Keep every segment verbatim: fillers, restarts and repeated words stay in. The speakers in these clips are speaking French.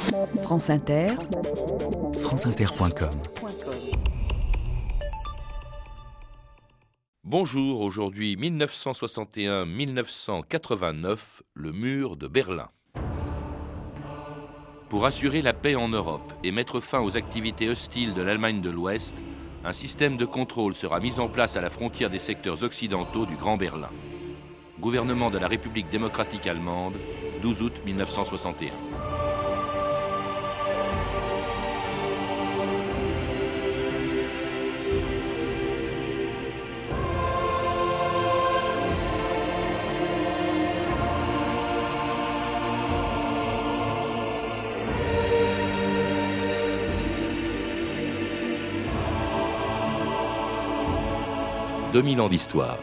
France Inter, franceinter point com. Bonjour, aujourd'hui mille neuf cent soixante et un à mille neuf cent quatre-vingt-neuf, le mur de Berlin. Pour assurer la paix en Europe et mettre fin aux activités hostiles de l'Allemagne de l'Ouest, un système de contrôle sera mis en place à la frontière des secteurs occidentaux du Grand Berlin. Gouvernement de la République démocratique allemande, douze août mille neuf cent soixante et un. deux mille ans d'histoire.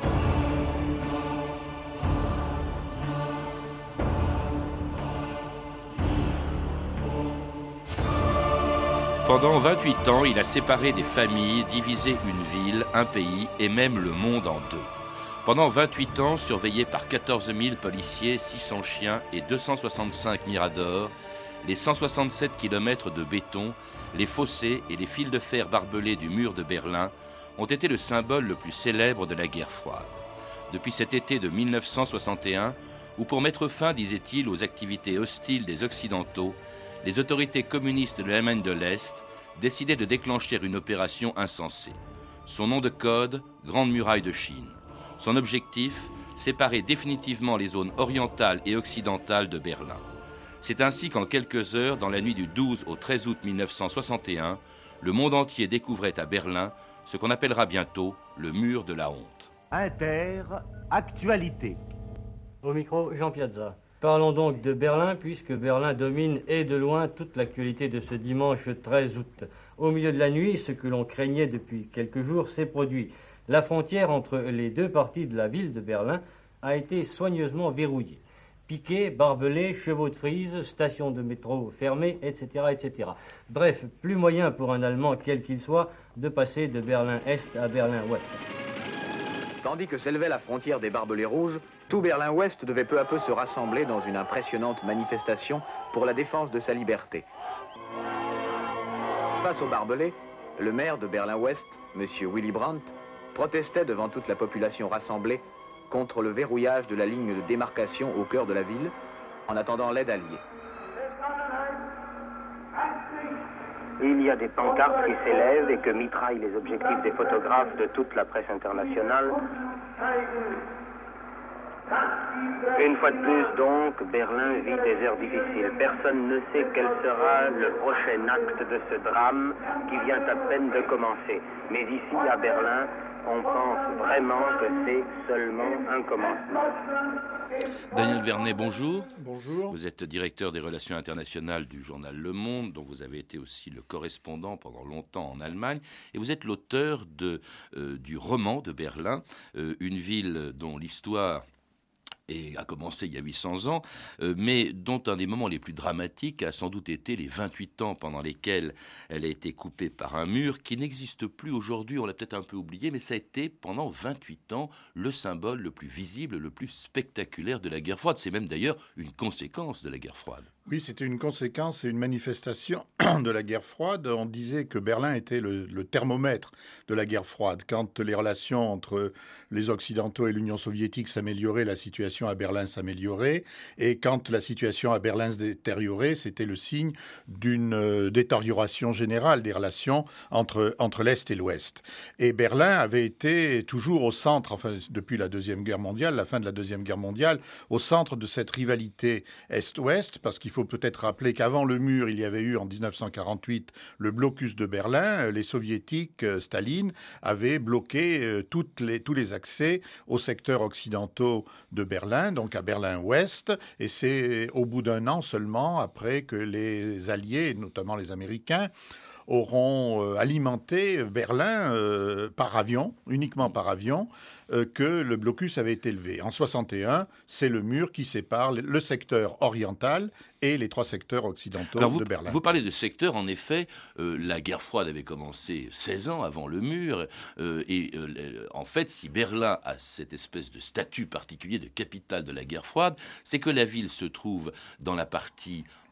Pendant vingt-huit ans, il a séparé des familles, divisé une ville, un pays et même le monde en deux. Pendant vingt-huit ans, surveillé par quatorze mille policiers, six cents chiens et deux cent soixante-cinq miradors, les cent soixante-sept kilomètres de béton, les fossés et les fils de fer barbelés du mur de Berlin ont été le symbole le plus célèbre de la guerre froide. Depuis cet été de mille neuf cent soixante et un, où pour mettre fin, disait-il, aux activités hostiles des Occidentaux, les autorités communistes de l'Allemagne de l'Est décidaient de déclencher une opération insensée. Son nom de code, Grande Muraille de Chine. Son objectif, séparer définitivement les zones orientales et occidentales de Berlin. C'est ainsi qu'en quelques heures, dans la nuit du douze au treize août mille neuf cent soixante et un, le monde entier découvrait à Berlin ce qu'on appellera bientôt le mur de la honte. Inter, actualité. Au micro, Jean Piazza. Parlons donc de Berlin, puisque Berlin domine et de loin toute l'actualité de ce dimanche treize août. Au milieu de la nuit, ce que l'on craignait depuis quelques jours s'est produit. La frontière entre les deux parties de la ville de Berlin a été soigneusement verrouillée. Piquets, barbelés, chevaux de frise, stations de métro fermées, et cetera, et cetera. Bref, plus moyen pour un Allemand, quel qu'il soit, de passer de Berlin-Est à Berlin-Ouest. Tandis que s'élevait la frontière des barbelés rouges, tout Berlin-Ouest devait peu à peu se rassembler dans une impressionnante manifestation pour la défense de sa liberté. Face aux barbelés, le maire de Berlin-Ouest, M. Willy Brandt, protestait devant toute la population rassemblée contre le verrouillage de la ligne de démarcation au cœur de la ville, en attendant l'aide alliée. Il y a des pancartes qui s'élèvent et que mitraillent les objectifs des photographes de toute la presse internationale. Une fois de plus, donc, Berlin vit des heures difficiles. Personne ne sait quel sera le prochain acte de ce drame qui vient à peine de commencer. Mais ici, à Berlin, on pense vraiment que c'est seulement un commencement. Daniel Vernet, bonjour. Bonjour. Vous êtes directeur des relations internationales du journal Le Monde, dont vous avez été aussi le correspondant pendant longtemps en Allemagne. Et vous êtes l'auteur de, euh, du roman de Berlin, euh, une ville dont l'histoire et a commencé il y a huit cents ans, euh, mais dont un des moments les plus dramatiques a sans doute été les vingt-huit ans pendant lesquels elle a été coupée par un mur qui n'existe plus aujourd'hui, on l'a peut-être un peu oublié, mais ça a été pendant vingt-huit ans le symbole le plus visible, le plus spectaculaire de la guerre froide. C'est même d'ailleurs une conséquence de la guerre froide. Oui, c'était une conséquence et une manifestation de la guerre froide. On disait que Berlin était le, le thermomètre de la guerre froide. Quand les relations entre les Occidentaux et l'Union soviétique s'amélioraient, la situation à Berlin s'améliorait. Et quand la situation à Berlin se détériorait, c'était le signe d'une euh, détérioration générale des relations entre, entre l'Est et l'Ouest. Et Berlin avait été toujours au centre, enfin depuis la Deuxième Guerre mondiale, la fin de la Deuxième Guerre mondiale, au centre de cette rivalité Est-Ouest, parce qu'il Il faut peut-être rappeler qu'avant le mur, il y avait eu en dix-neuf cent quarante-huit le blocus de Berlin. Les soviétiques, euh, Staline, avaient bloqué euh, toutes les, tous les accès aux secteurs occidentaux de Berlin, donc à Berlin-Ouest. Et c'est au bout d'un an seulement, après que les Alliés, notamment les Américains, auront euh, alimenté Berlin euh, par avion, uniquement par avion, euh, que le blocus avait été levé. En soixante et un, c'est le mur qui sépare le secteur oriental et les trois secteurs occidentaux Alors vous, de Berlin. Vous parlez de secteur, en effet, euh, la guerre froide avait commencé seize ans avant le mur, euh, et euh, en fait, si Berlin a cette espèce de statut particulier de capitale de la guerre froide, c'est que la ville se trouve dans la partie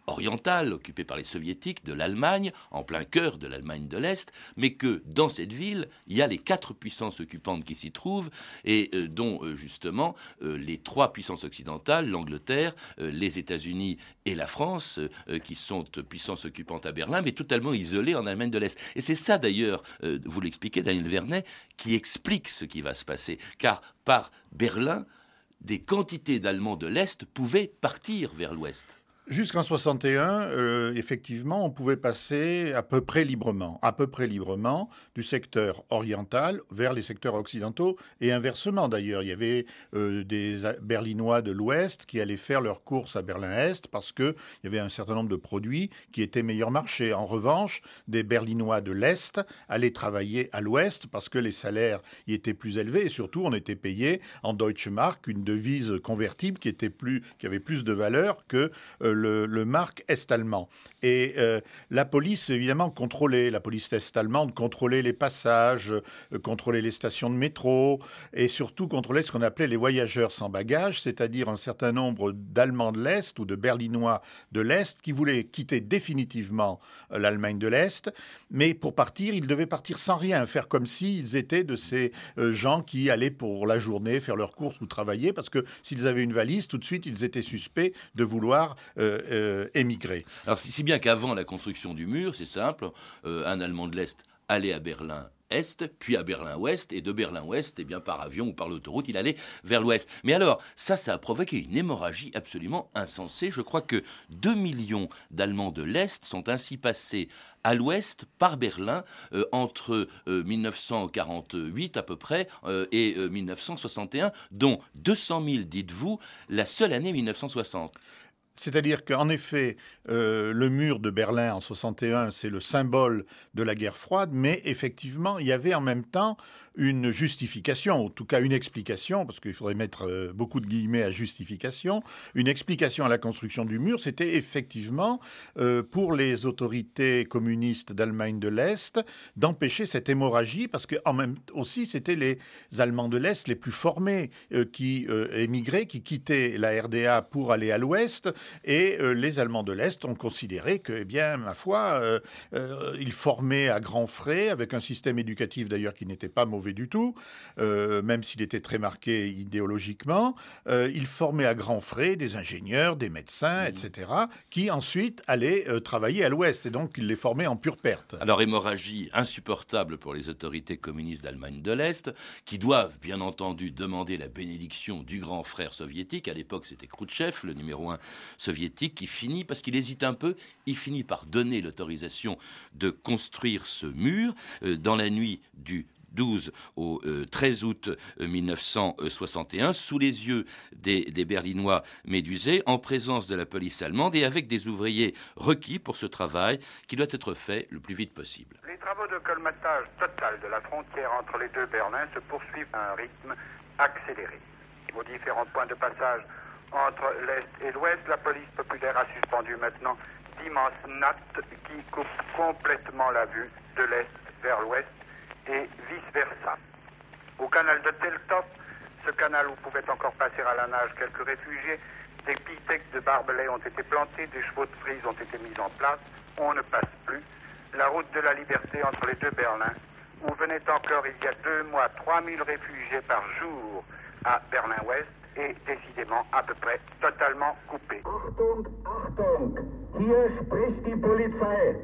orientale, occupée par les soviétiques, de l'Allemagne, en plein cœur de l'Allemagne de l'Est, mais que dans cette ville, il y a les quatre puissances occupantes qui s'y trouvent, et euh, dont euh, justement euh, les trois puissances occidentales, l'Angleterre, euh, les États-Unis et la France, euh, qui sont euh, puissances occupantes à Berlin, mais totalement isolées en Allemagne de l'Est. Et c'est ça d'ailleurs, euh, vous l'expliquez, Daniel Vernet, qui explique ce qui va se passer. Car par Berlin, des quantités d'Allemands de l'Est pouvaient partir vers l'Ouest. Jusqu'en soixante et un, euh, effectivement, on pouvait passer à peu près librement, à peu près librement du secteur oriental vers les secteurs occidentaux et inversement d'ailleurs. Il y avait euh, des Berlinois de l'Ouest qui allaient faire leurs courses à Berlin-Est parce qu'il y avait un certain nombre de produits qui étaient meilleurs marché. En revanche, des Berlinois de l'Est allaient travailler à l'Ouest parce que les salaires y étaient plus élevés et surtout on était payé en Deutsche Mark, une devise convertible qui, était plus, qui avait plus de valeur que euh, Le, le marque est-allemand. Et euh, la police, évidemment, contrôlait, la police est-allemande contrôlait les passages, euh, contrôlait les stations de métro et surtout contrôlait ce qu'on appelait les voyageurs sans bagages, c'est-à-dire un certain nombre d'Allemands de l'Est ou de Berlinois de l'Est qui voulaient quitter définitivement euh, l'Allemagne de l'Est, mais pour partir, ils devaient partir sans rien, faire comme s'ils étaient de ces euh, gens qui allaient pour la journée faire leurs courses ou travailler, parce que s'ils avaient une valise, tout de suite, ils étaient suspects de vouloir euh, Euh, émigrer. Alors, si, si bien qu'avant la construction du mur, c'est simple, euh, un Allemand de l'Est allait à Berlin-Est, puis à Berlin-Ouest, et de Berlin-Ouest, eh bien, par avion ou par l'autoroute, il allait vers l'Ouest. Mais alors, ça, ça a provoqué une hémorragie absolument insensée. Je crois que deux millions d'Allemands de l'Est sont ainsi passés à l'Ouest par Berlin euh, entre euh, mille neuf cent quarante-huit à peu près euh, et euh, mille neuf cent soixante et un, dont deux cent mille, dites-vous, la seule année mille neuf cent soixante. C'est-à-dire qu'en effet, euh, le mur de Berlin en soixante et un, c'est le symbole de la guerre froide, mais effectivement, il y avait en même temps une justification, en tout cas une explication, parce qu'il faudrait mettre euh, beaucoup de guillemets à justification, une explication à la construction du mur, c'était effectivement euh, pour les autorités communistes d'Allemagne de l'Est d'empêcher cette hémorragie, parce que en même aussi, c'était les Allemands de l'Est les plus formés euh, qui euh, émigraient, qui quittaient la R D A pour aller à l'Ouest. Et euh, les Allemands de l'Est ont considéré que, eh bien, ma foi, euh, euh, ils formaient à grands frais, avec un système éducatif d'ailleurs qui n'était pas mauvais du tout, euh, même s'il était très marqué idéologiquement. Euh, ils formaient à grands frais des ingénieurs, des médecins, mmh. et cetera, qui ensuite allaient euh, travailler à l'Ouest. Et donc, ils les formaient en pure perte. Alors, hémorragie insupportable pour les autorités communistes d'Allemagne de l'Est, qui doivent, bien entendu, demander la bénédiction du grand frère soviétique. À l'époque, c'était Khrouchtchev, le numéro un soviétique, qui finit, parce qu'il hésite un peu, il finit par donner l'autorisation de construire ce mur euh, dans la nuit du douze au euh, treize août euh, mille neuf cent soixante et un, sous les yeux des, des Berlinois médusés, en présence de la police allemande et avec des ouvriers requis pour ce travail qui doit être fait le plus vite possible. Les travaux de colmatage total de la frontière entre les deux Berlins se poursuivent à un rythme accéléré. Aux différents points de passage entre l'Est et l'Ouest, la police populaire a suspendu maintenant d'immenses nattes qui coupent complètement la vue de l'Est vers l'Ouest et vice-versa. Au canal de Teltow, ce canal où pouvaient encore passer à la nage quelques réfugiés, des pithecs de barbelés ont été plantés, des chevaux de frise ont été mis en place, on ne passe plus. La route de la liberté entre les deux Berlins, où venaient encore il y a deux mois trois mille réfugiés par jour à Berlin-Ouest, est décidément à peu près totalement coupée. Achtung, Achtung, hier spricht die Polizei.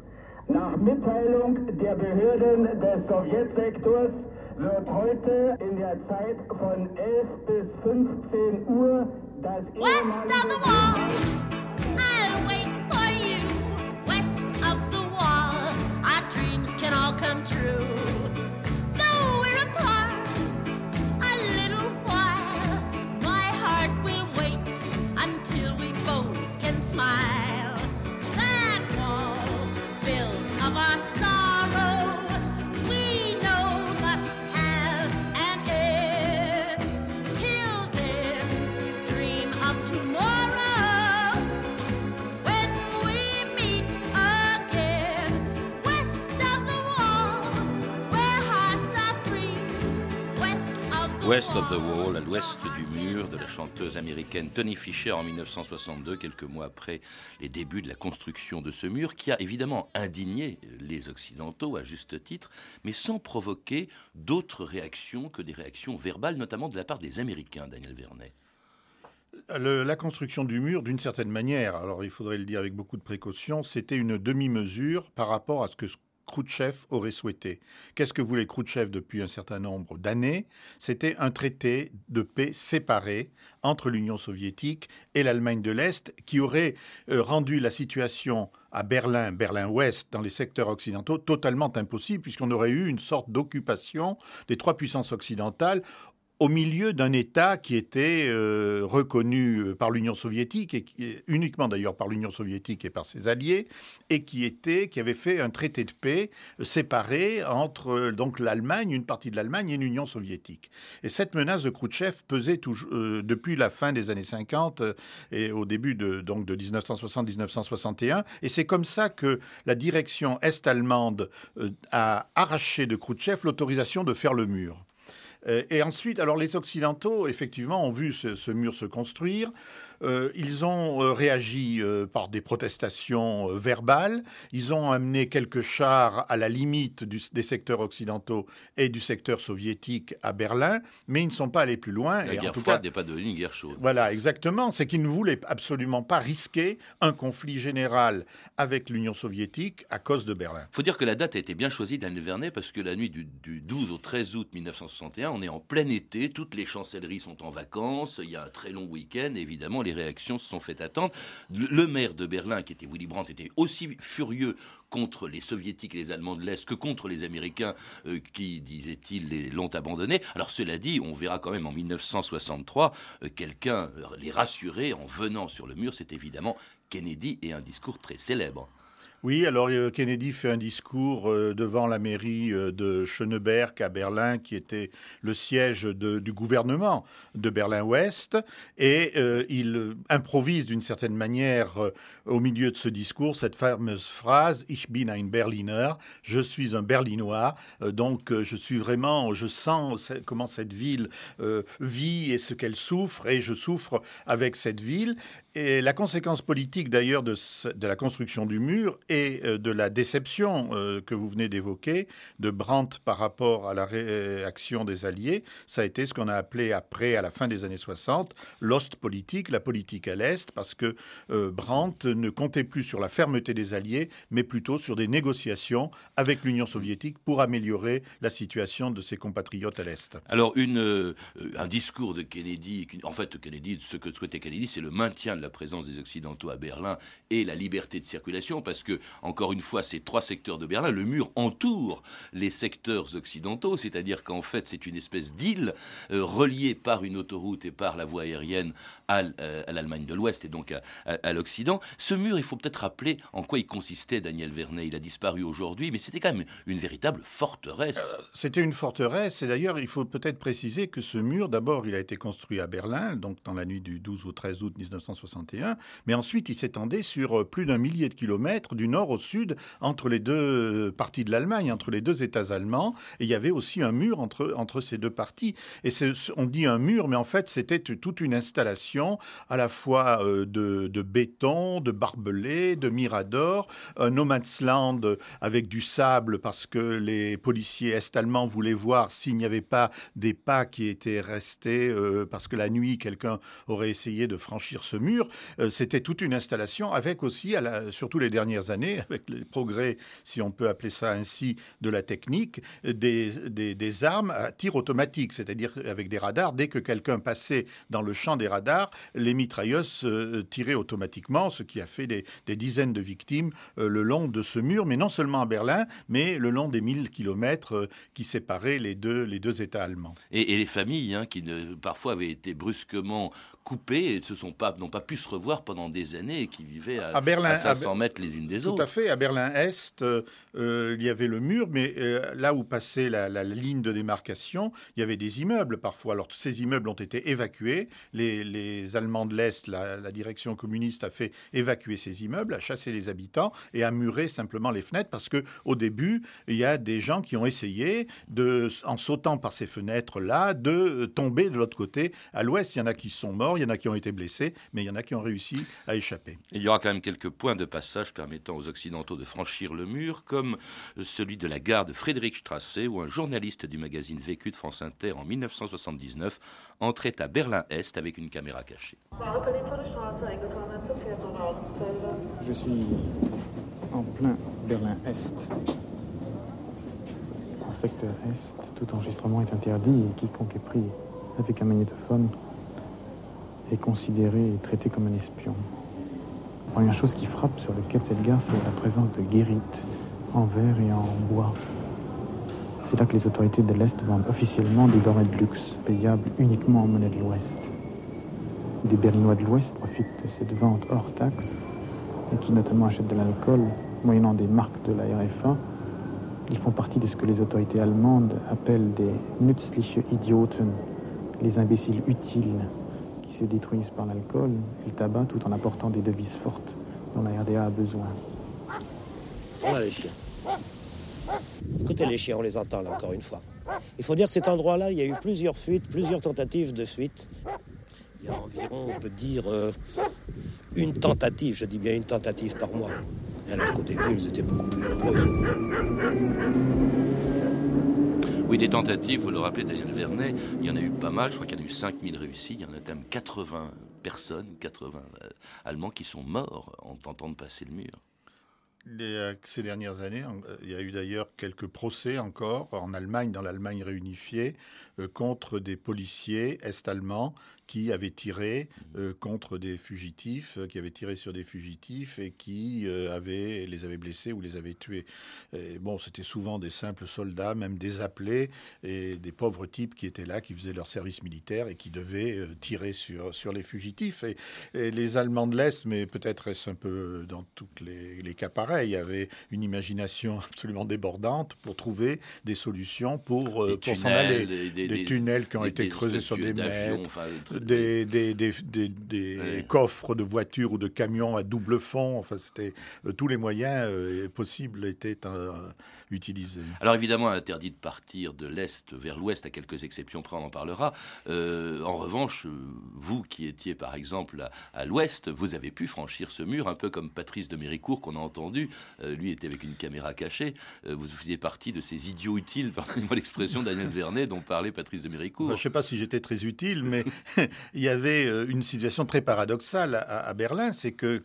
Nach Mitteilung der Behörden des Sowjetsektors wird heute in der Zeit von elf bis fünfzehn Uhr das West of the wall, I'll wait for you. West of the wall, our dreams can all come true. Though we're apart a little while, my heart will wait until we both can smile. Of our sorrow, we know must have an end. Till then, dream of tomorrow. West of the Wall, à l'ouest du mur, de la chanteuse américaine Toni Fisher en mille neuf cent soixante-deux, quelques mois après les débuts de la construction de ce mur, qui a évidemment indigné les Occidentaux à juste titre, mais sans provoquer d'autres réactions que des réactions verbales, notamment de la part des Américains, Daniel Vernet. Le, la construction du mur, d'une certaine manière, alors il faudrait le dire avec beaucoup de précaution, c'était une demi-mesure par rapport à ce que Khrouchtchev aurait souhaité. Qu'est-ce que voulait Khrouchtchev depuis un certain nombre d'années ? C'était un traité de paix séparé entre l'Union soviétique et l'Allemagne de l'Est qui aurait euh, rendu la situation à Berlin, Berlin-Ouest, dans les secteurs occidentaux, totalement impossible puisqu'on aurait eu une sorte d'occupation des trois puissances occidentales au milieu d'un État qui était euh, reconnu par l'Union soviétique, et qui, uniquement d'ailleurs par l'Union soviétique et par ses alliés, et qui, était, qui avait fait un traité de paix séparé entre euh, donc l'Allemagne, une partie de l'Allemagne et l'Union soviétique. Et cette menace de Khrouchtchev pesait toujours, euh, depuis la fin des années cinquante euh, et au début de, donc de dix-neuf cent soixante à dix-neuf cent soixante et un. Et c'est comme ça que la direction est-allemande euh, a arraché de Khrouchtchev l'autorisation de faire le mur. Et ensuite, alors les Occidentaux, effectivement, ont vu ce, ce mur se construire. Euh, ils ont euh, réagi euh, par des protestations euh, verbales. Ils ont amené quelques chars à la limite du, des secteurs occidentaux et du secteur soviétique à Berlin, mais ils ne sont pas allés plus loin. La et guerre en tout froide cas, n'est pas devenue une guerre chaude. Voilà, exactement. C'est qu'ils ne voulaient absolument pas risquer un conflit général avec l'Union soviétique à cause de Berlin. Il faut dire que la date a été bien choisie, Daniel Vernet, parce que la nuit du, du douze au treize août mille neuf cent soixante et un, on est en plein été, toutes les chancelleries sont en vacances, il y a un très long week-end, et évidemment, les réactions se sont fait attendre. Le maire de Berlin, qui était Willy Brandt, était aussi furieux contre les soviétiques et les Allemands de l'Est que contre les Américains euh, qui, disait-il, les, l'ont abandonné. Alors cela dit, on verra quand même en mille neuf cent soixante-trois euh, quelqu'un euh, les rassurer en venant sur le mur, c'est évidemment Kennedy et un discours très célèbre. Oui, alors euh, Kennedy fait un discours euh, devant la mairie euh, de Schöneberg à Berlin, qui était le siège de, du gouvernement de Berlin-Ouest, et euh, il improvise d'une certaine manière euh, au milieu de ce discours cette fameuse phrase « Ich bin ein Berliner », je suis un Berlinois, euh, donc euh, je suis vraiment, je sens comment cette ville euh, vit et ce qu'elle souffre, et je souffre avec cette ville. Et la conséquence politique d'ailleurs de, de la construction du mur et de la déception euh, que vous venez d'évoquer de Brandt par rapport à la réaction des Alliés, ça a été ce qu'on a appelé après, à la fin des années soixante, l'Ostpolitik, la politique à l'Est, parce que euh, Brandt ne comptait plus sur la fermeté des Alliés, mais plutôt sur des négociations avec l'Union soviétique pour améliorer la situation de ses compatriotes à l'Est. Alors, une, euh, un discours de Kennedy, en fait, Kennedy, ce que souhaitait Kennedy, c'est le maintien de la présence des Occidentaux à Berlin et la liberté de circulation, parce que, encore une fois, ces trois secteurs de Berlin, le mur entoure les secteurs occidentaux, c'est-à-dire qu'en fait, c'est une espèce d'île euh, reliée par une autoroute et par la voie aérienne à, euh, à l'Allemagne de l'Ouest et donc à, à, à l'Occident. Ce mur, il faut peut-être rappeler en quoi il consistait, Daniel Vernet. Il a disparu aujourd'hui, mais c'était quand même une véritable forteresse. Euh, c'était une forteresse, et d'ailleurs, il faut peut-être préciser que ce mur, d'abord, il a été construit à Berlin, donc dans la nuit du douze au treize août mille neuf cent soixante et un, mais ensuite, il s'étendait sur plus d'un millier de kilomètres du nord au sud, entre les deux parties de l'Allemagne, entre les deux États allemands, et il y avait aussi un mur entre, entre ces deux parties. Et c'est, on dit un mur, mais en fait, c'était toute une installation à la fois euh, de, de béton, de barbelés, de miradors, un no man's land avec du sable, parce que les policiers est-allemands voulaient voir s'il n'y avait pas des pas qui étaient restés, euh, parce que la nuit, quelqu'un aurait essayé de franchir ce mur. Euh, c'était toute une installation, avec aussi, à la, surtout les dernières années, avec les progrès, si on peut appeler ça ainsi, de la technique, des, des, des armes à tir automatique, c'est-à-dire avec des radars. Dès que quelqu'un passait dans le champ des radars, les mitrailleuses euh, tiraient automatiquement, ce qui a fait des, des dizaines de victimes euh, le long de ce mur, mais non seulement à Berlin, mais le long des mille kilomètres euh, qui séparaient les deux, les deux États allemands. Et, et les familles, hein, qui ne, parfois avaient été brusquement coupées et ne sont pas, n'ont pas pu se revoir pendant des années et qui vivaient à, à, Berlin, à cinq cents mètres les unes des les Tout autres. à fait. À Berlin-Est, euh, euh, il y avait le mur, mais euh, là où passait la, la, la ligne de démarcation, il y avait des immeubles parfois. Alors, ces immeubles ont été évacués. Les, les Allemands de l'Est, la, la direction communiste a fait évacuer ces immeubles, a chassé les habitants et a muré simplement les fenêtres parce qu'au début, il y a des gens qui ont essayé, de, en sautant par ces fenêtres-là, de tomber de l'autre côté. À l'ouest, il y en a qui sont morts, il y en a qui ont été blessés, mais il y en a qui ont réussi à échapper. Il y aura quand même quelques points de passage permettant aux Occidentaux de franchir le mur, comme celui de la gare de Friedrichstrasse, où un journaliste du magazine Vécu de France Inter en mille neuf cent soixante-dix-neuf entrait à Berlin-Est avec une caméra cachée. Je suis en plein Berlin-Est. En secteur Est, tout enregistrement est interdit et quiconque est pris avec un magnétophone est considéré et traité comme un espion. La première chose qui frappe sur le quai de cette gare, c'est la présence de guérites en verre et en bois. C'est là que les autorités de l'Est vendent officiellement des denrées de luxe, payables uniquement en monnaie de l'Ouest. Des Berlinois de l'Ouest profitent de cette vente hors taxe et qui notamment achètent de l'alcool moyennant des marques de la R F A. Ils font partie de ce que les autorités allemandes appellent des nützliche Idioten, les imbéciles utiles, qui se détruisent par l'alcool et le tabac tout en apportant des devises fortes dont la R D A a besoin. Voilà les chiens. Écoutez les chiens, on les entend là encore une fois. Il faut dire que cet endroit-là, il y a eu plusieurs fuites, plusieurs tentatives de fuite. Il y a environ, on peut dire, euh, une tentative, je dis bien une tentative par mois. Alors qu'au début, ils étaient beaucoup plus nombreux. Oui, des tentatives, vous le rappelez, Daniel Vernet, il y en a eu pas mal, je crois qu'il y en a eu cinq mille réussies, il y en a quand même quatre-vingts personnes, quatre-vingts euh, Allemands qui sont morts en tentant de passer le mur. Les, ces dernières années, il y a eu d'ailleurs quelques procès encore en Allemagne, dans l'Allemagne réunifiée, euh, contre des policiers est-allemands qui avaient tiré euh, contre des fugitifs, euh, qui avaient tiré sur des fugitifs et qui euh, avaient, les avaient blessés ou les avaient tués. Et bon, c'était souvent des simples soldats, même des appelés, et des pauvres types qui étaient là, qui faisaient leur service militaire et qui devaient euh, tirer sur, sur les fugitifs. Et, et les Allemands de l'Est, mais peut-être est-ce un peu dans tous les, les cas pareils, il y avait une imagination absolument débordante pour trouver des solutions pour, euh, pour s'en aller. Des, des, des tunnels qui ont des, été des creusés sur des mètres, enfin, des, des, des, des, des ouais. coffres de voitures ou de camions à double fond. Enfin, c'était, euh, tous les moyens euh, possibles étaient euh, utilisés. Alors évidemment, interdit de partir de l'Est vers l'Ouest, à quelques exceptions près, on en parlera. Euh, en revanche, vous qui étiez par exemple à, à l'Ouest, vous avez pu franchir ce mur, un peu comme Patrice de Méricourt qu'on a entendu. Euh, lui était avec une caméra cachée. Euh, vous faisiez partie de ces idiots utiles, pardonnez-moi l'expression, Daniel Vernet, dont parlait Patrice de Méricourt. Ben, je ne sais pas si j'étais très utile, mais il y avait une situation très paradoxale à, à Berlin, c'est que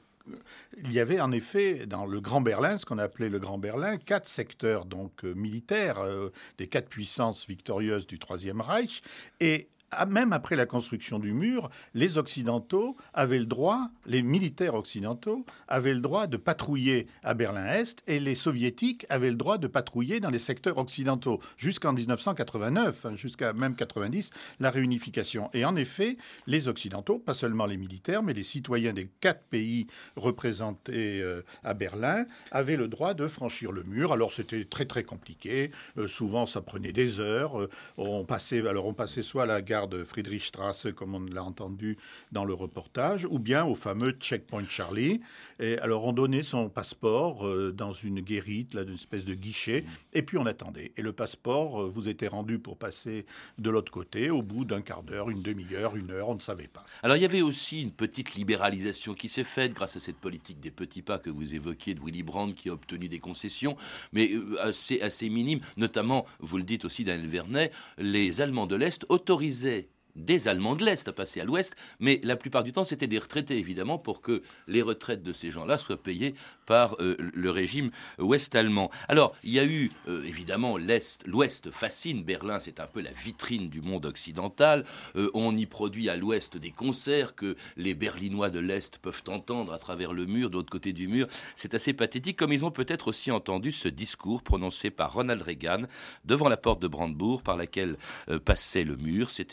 il y avait en effet dans le Grand Berlin, ce qu'on appelait le Grand Berlin, quatre secteurs donc euh, militaires, euh, des quatre puissances victorieuses du Troisième Reich, et même après la construction du mur, les Occidentaux avaient le droit, les militaires occidentaux avaient le droit de patrouiller à Berlin-Est et les Soviétiques avaient le droit de patrouiller dans les secteurs occidentaux jusqu'en dix-neuf cent quatre-vingt-neuf, jusqu'à même quatre-vingt-dix, la réunification. Et en effet, les Occidentaux, pas seulement les militaires, mais les citoyens des quatre pays représentés euh, à Berlin, avaient le droit de franchir le mur. Alors c'était très très compliqué, euh, souvent ça prenait des heures, euh, on passait, alors on passait soit à la gare de Friedrichstrasse, comme on l'a entendu dans le reportage, ou bien au fameux Checkpoint Charlie. Et alors, on donnait son passeport euh, dans une guérite, là, une espèce de guichet, et puis on attendait. Et le passeport euh, vous était rendu pour passer de l'autre côté au bout d'un quart d'heure, une demi-heure, une heure, on ne savait pas. Alors, il y avait aussi une petite libéralisation qui s'est faite grâce à cette politique des petits pas que vous évoquiez de Willy Brandt, qui a obtenu des concessions, mais euh, assez, assez minimes. Notamment, vous le dites aussi, Daniel Vernet, les Allemands de l'Est autorisaient des Allemands de l'Est à passer à l'Ouest, mais la plupart du temps, c'était des retraités, évidemment, pour que les retraites de ces gens-là soient payées par euh, le régime ouest-allemand. Alors, il y a eu, euh, évidemment, l'Est, l'Ouest fascine. Berlin, c'est un peu la vitrine du monde occidental. Euh, on y produit à l'Ouest des concerts que les Berlinois de l'Est peuvent entendre à travers le mur, de l'autre côté du mur. C'est assez pathétique, comme ils ont peut-être aussi entendu ce discours prononcé par Ronald Reagan devant la porte de Brandebourg, par laquelle euh, passait le mur. C'était le douze juin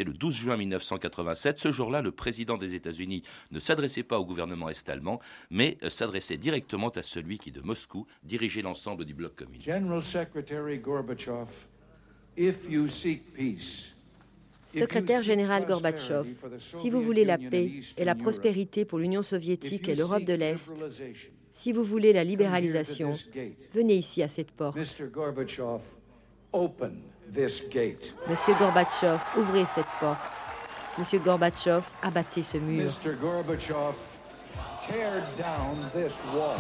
juin mille neuf cent quatre-vingt-sept. Ce jour-là, le président des États-Unis ne s'adressait pas au gouvernement est-allemand, mais s'adressait directement à celui qui, de Moscou, dirigeait l'ensemble du bloc communiste. General Secretary Gorbachev, if you seek peace, Secrétaire général Gorbatchev, si vous voulez la paix et la prospérité pour l'Union soviétique et l'Europe de l'Est, si vous voulez la libéralisation, venez ici à cette porte. Monsieur Gorbatchev, ouvrez cette porte. Monsieur Gorbatchev, abattez ce mur. Mister Gorbachev, tear down this wall.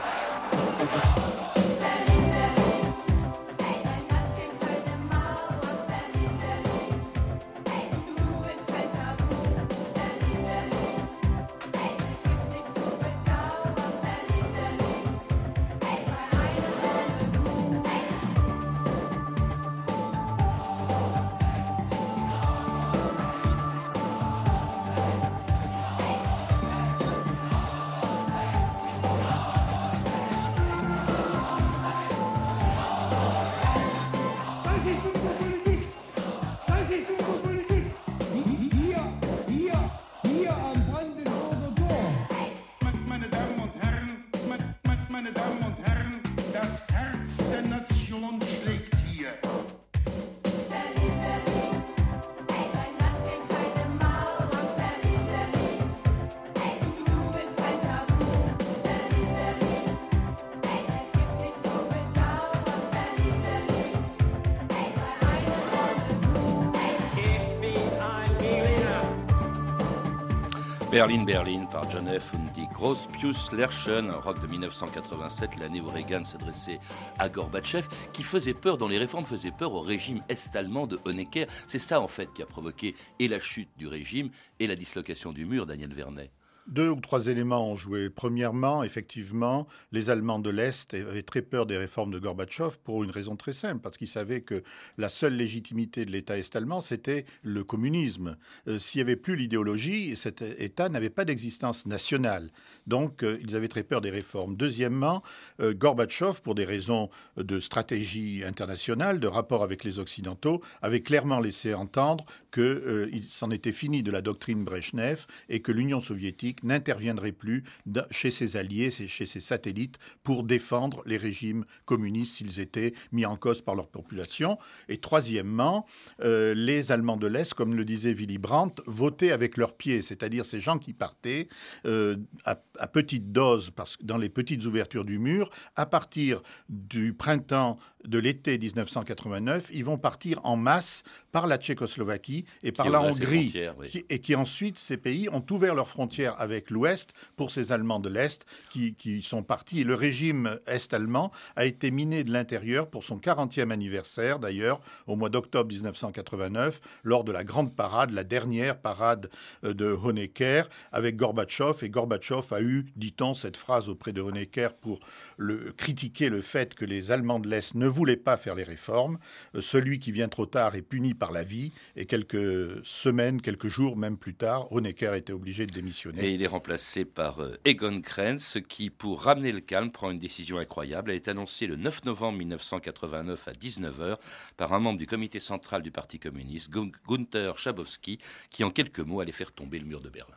Berlin, Berlin par John F. und die Großpius-Lerchen, un rock de mille neuf cent quatre-vingt-sept, l'année où Reagan s'adressait à Gorbatchev, qui faisait peur, dont les réformes faisaient peur au régime est-allemand de Honecker. C'est ça en fait qui a provoqué et la chute du régime et la dislocation du mur, Daniel Vernet. Deux ou trois éléments ont joué. Premièrement, effectivement, les Allemands de l'Est avaient très peur des réformes de Gorbatchev pour une raison très simple, parce qu'ils savaient que la seule légitimité de l'État est-allemand, c'était le communisme. Euh, s'il n'y avait plus l'idéologie, cet État n'avait pas d'existence nationale. Donc, euh, ils avaient très peur des réformes. Deuxièmement, euh, Gorbatchev, pour des raisons de stratégie internationale, de rapport avec les Occidentaux, avait clairement laissé entendre qu'il euh, s'en était fini de la doctrine Brejnev et que l'Union soviétique n'interviendrait plus chez ses alliés, chez ses satellites, pour défendre les régimes communistes s'ils étaient mis en cause par leur population. Et troisièmement, euh, les Allemands de l'Est, comme le disait Willy Brandt, votaient avec leurs pieds, c'est-à-dire ces gens qui partaient euh, à, à petite dose, parce que dans les petites ouvertures du mur, à partir du printemps de l'été dix-neuf cent quatre-vingt-neuf, ils vont partir en masse par la Tchécoslovaquie et par la Hongrie, oui. qui, et qui ensuite, ces pays ont ouvert leurs frontières avec l'Ouest pour ces Allemands de l'Est qui, qui sont partis. Et le régime est-allemand a été miné de l'intérieur pour son quarantième anniversaire, d'ailleurs, au mois d'octobre dix-neuf cent quatre-vingt-neuf, lors de la grande parade, la dernière parade de Honecker, avec Gorbatchev. Et Gorbatchev a eu, dit-on, cette phrase auprès de Honecker pour le, critiquer le fait que les Allemands de l'Est ne voulaient pas faire les réformes. Euh, celui qui vient trop tard est puni par la vie. Et quelques semaines, quelques jours, même plus tard, Honecker a été obligé de démissionner. Et il est remplacé par euh, Egon Krenz, qui, pour ramener le calme, prend une décision incroyable. Elle est annoncée le neuf novembre mille neuf cent quatre-vingt-neuf à dix-neuf heures par un membre du comité central du Parti communiste, Gun- Gunther Schabowski, qui, en quelques mots, allait faire tomber le mur de Berlin.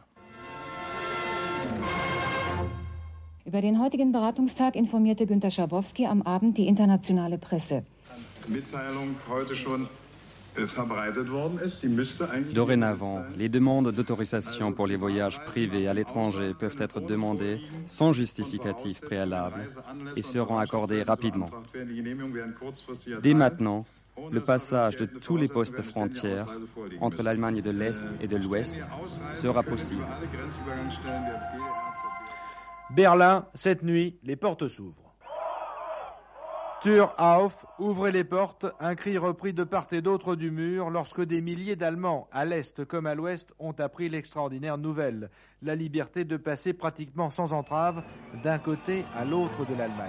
Über den heutigen Beratungstag informierte Günter Schabowski am Abend die internationale Presse. Mitteilung heute schon verbreitet worden ist. Sie müsste eigentlich Dorénavant, les demandes d'autorisation pour les voyages privés à l'étranger peuvent être demandées sans justificatif préalable et seront accordées rapidement. Dès maintenant, le passage de tous les postes frontières entre l'Allemagne de l'Est et de l'Ouest sera possible. Berlin, cette nuit, les portes s'ouvrent. Tür auf, ouvrez les portes, un cri repris de part et d'autre du mur lorsque des milliers d'Allemands, à l'Est comme à l'Ouest, ont appris l'extraordinaire nouvelle, la liberté de passer pratiquement sans entrave d'un côté à l'autre de l'Allemagne.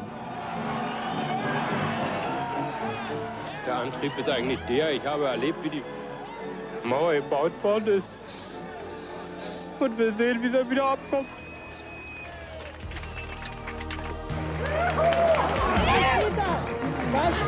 Der Antrieb ist eigentlich der, ich habe erlebt, wie die Mauer gebaut worden ist. Und wir sehen, wie sie wieder abkommt. Was steht da?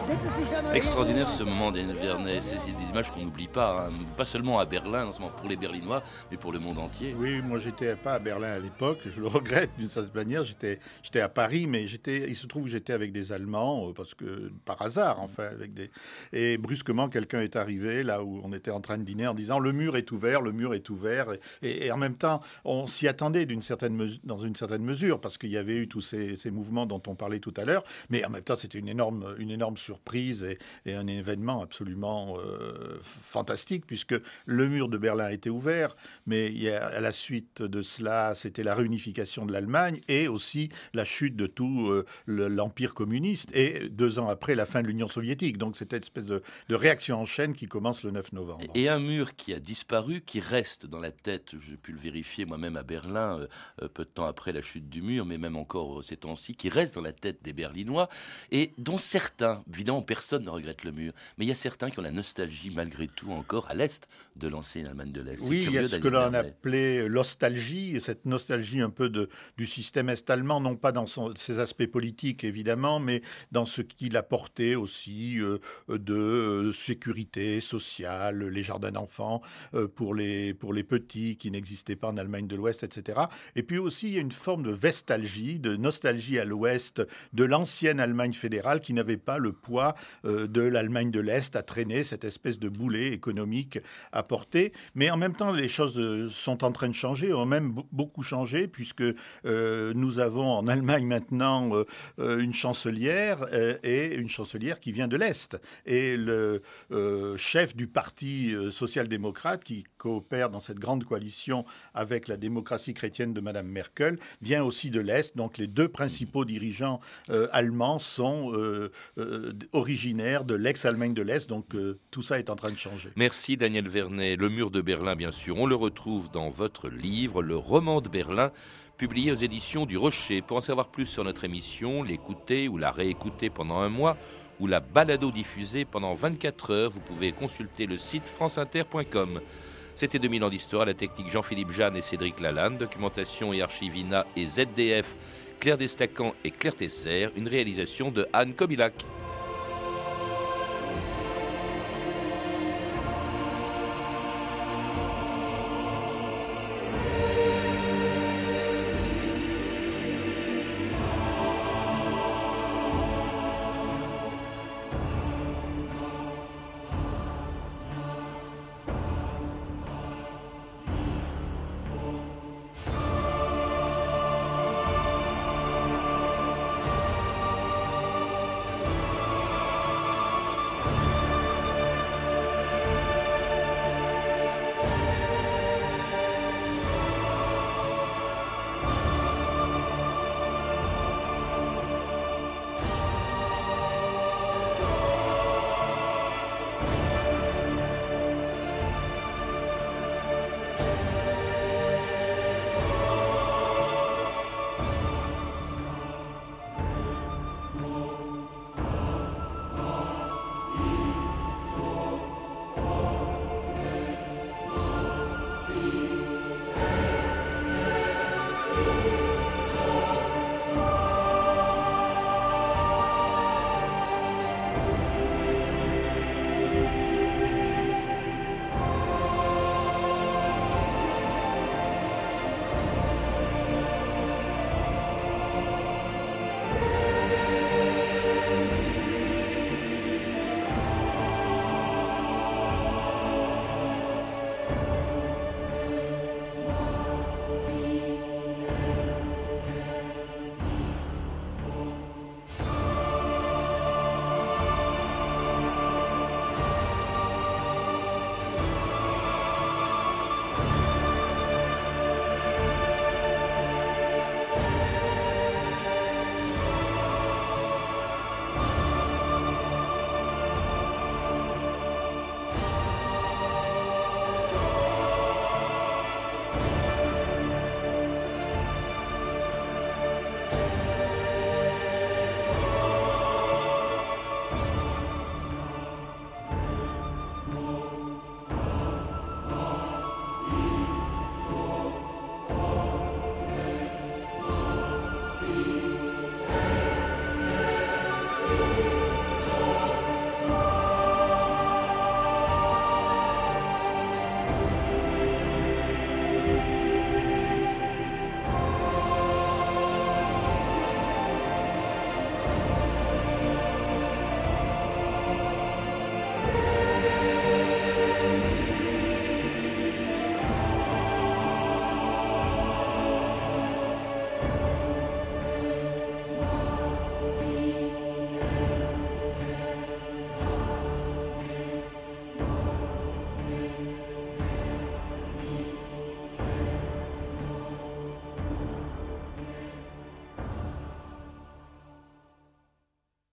Extraordinaire ce moment d'Daniel Vernet, c'est des images qu'on n'oublie pas, hein. Pas seulement à Berlin, non seulement pour les Berlinois, mais pour le monde entier. Oui, moi j'étais pas à Berlin à l'époque, je le regrette d'une certaine manière, j'étais, j'étais à Paris, mais j'étais, il se trouve que j'étais avec des Allemands, parce que par hasard, enfin, avec des... et brusquement quelqu'un est arrivé là où on était en train de dîner en disant le mur est ouvert, le mur est ouvert, et, et en même temps on s'y attendait d'une certaine mesure, dans une certaine mesure, parce qu'il y avait eu tous ces, ces mouvements dont on parlait tout à l'heure, mais en même temps c'était une énorme, une énorme surprise et, et un événement absolument euh, fantastique, puisque le mur de Berlin a été ouvert, mais il y a, à la suite de cela, c'était la réunification de l'Allemagne et aussi la chute de tout euh, le, l'empire communiste, et deux ans après, la fin de l'Union soviétique. Donc c'était une espèce de, de réaction en chaîne qui commence le neuf novembre. Et un mur qui a disparu, qui reste dans la tête, j'ai pu le vérifier moi-même à Berlin, euh, peu de temps après la chute du mur, mais même encore ces temps-ci, qui reste dans la tête des Berlinois, et dont certains, évidemment personne ne regrette le mur, mais il y a certains qui ont la nostalgie malgré tout encore à l'est de l'ancienne Allemagne de l'Est. Oui, il y a ce que l'on appelait l'ostalgie, cette nostalgie un peu de, du système est-allemand, non pas dans son, ses aspects politiques évidemment, mais dans ce qu'il apportait aussi euh, de euh, sécurité sociale, les jardins d'enfants euh, pour, les, pour les petits qui n'existaient pas en Allemagne de l'Ouest, et cetera. Et puis aussi, il y a une forme de vestalgie, de nostalgie à l'Ouest de l'ancienne Allemagne fédérale qui n'avait pas le poids euh, de l'Allemagne de l'Est à traîner cette espèce de boulet économique à porter. Mais en même temps, les choses sont en train de changer, ont même beaucoup changé, puisque euh, nous avons en Allemagne maintenant euh, une chancelière euh, et une chancelière qui vient de l'Est. Et le euh, chef du parti euh, social-démocrate qui coopère dans cette grande coalition avec la démocratie chrétienne de Madame Merkel vient aussi de l'Est. Donc les deux principaux dirigeants euh, allemands sont euh, euh, originaires de l'ex-Allemagne de l'Est. Donc euh, tout ça est en train de changer. Merci Daniel Vernet. Le mur de Berlin, bien sûr, on le retrouve dans votre livre, Le roman de Berlin, publié aux éditions du Rocher. Pour en savoir plus sur notre émission, l'écouter ou la réécouter pendant un mois, ou la balado-diffuser pendant vingt-quatre heures, vous pouvez consulter le site france inter point com. C'était deux mille ans d'histoire, la technique Jean-Philippe Jeanne et Cédric Lalanne, documentation et archivina et Z D F, Claire Destacan et Claire Tesser, une réalisation de Anne Kobilac.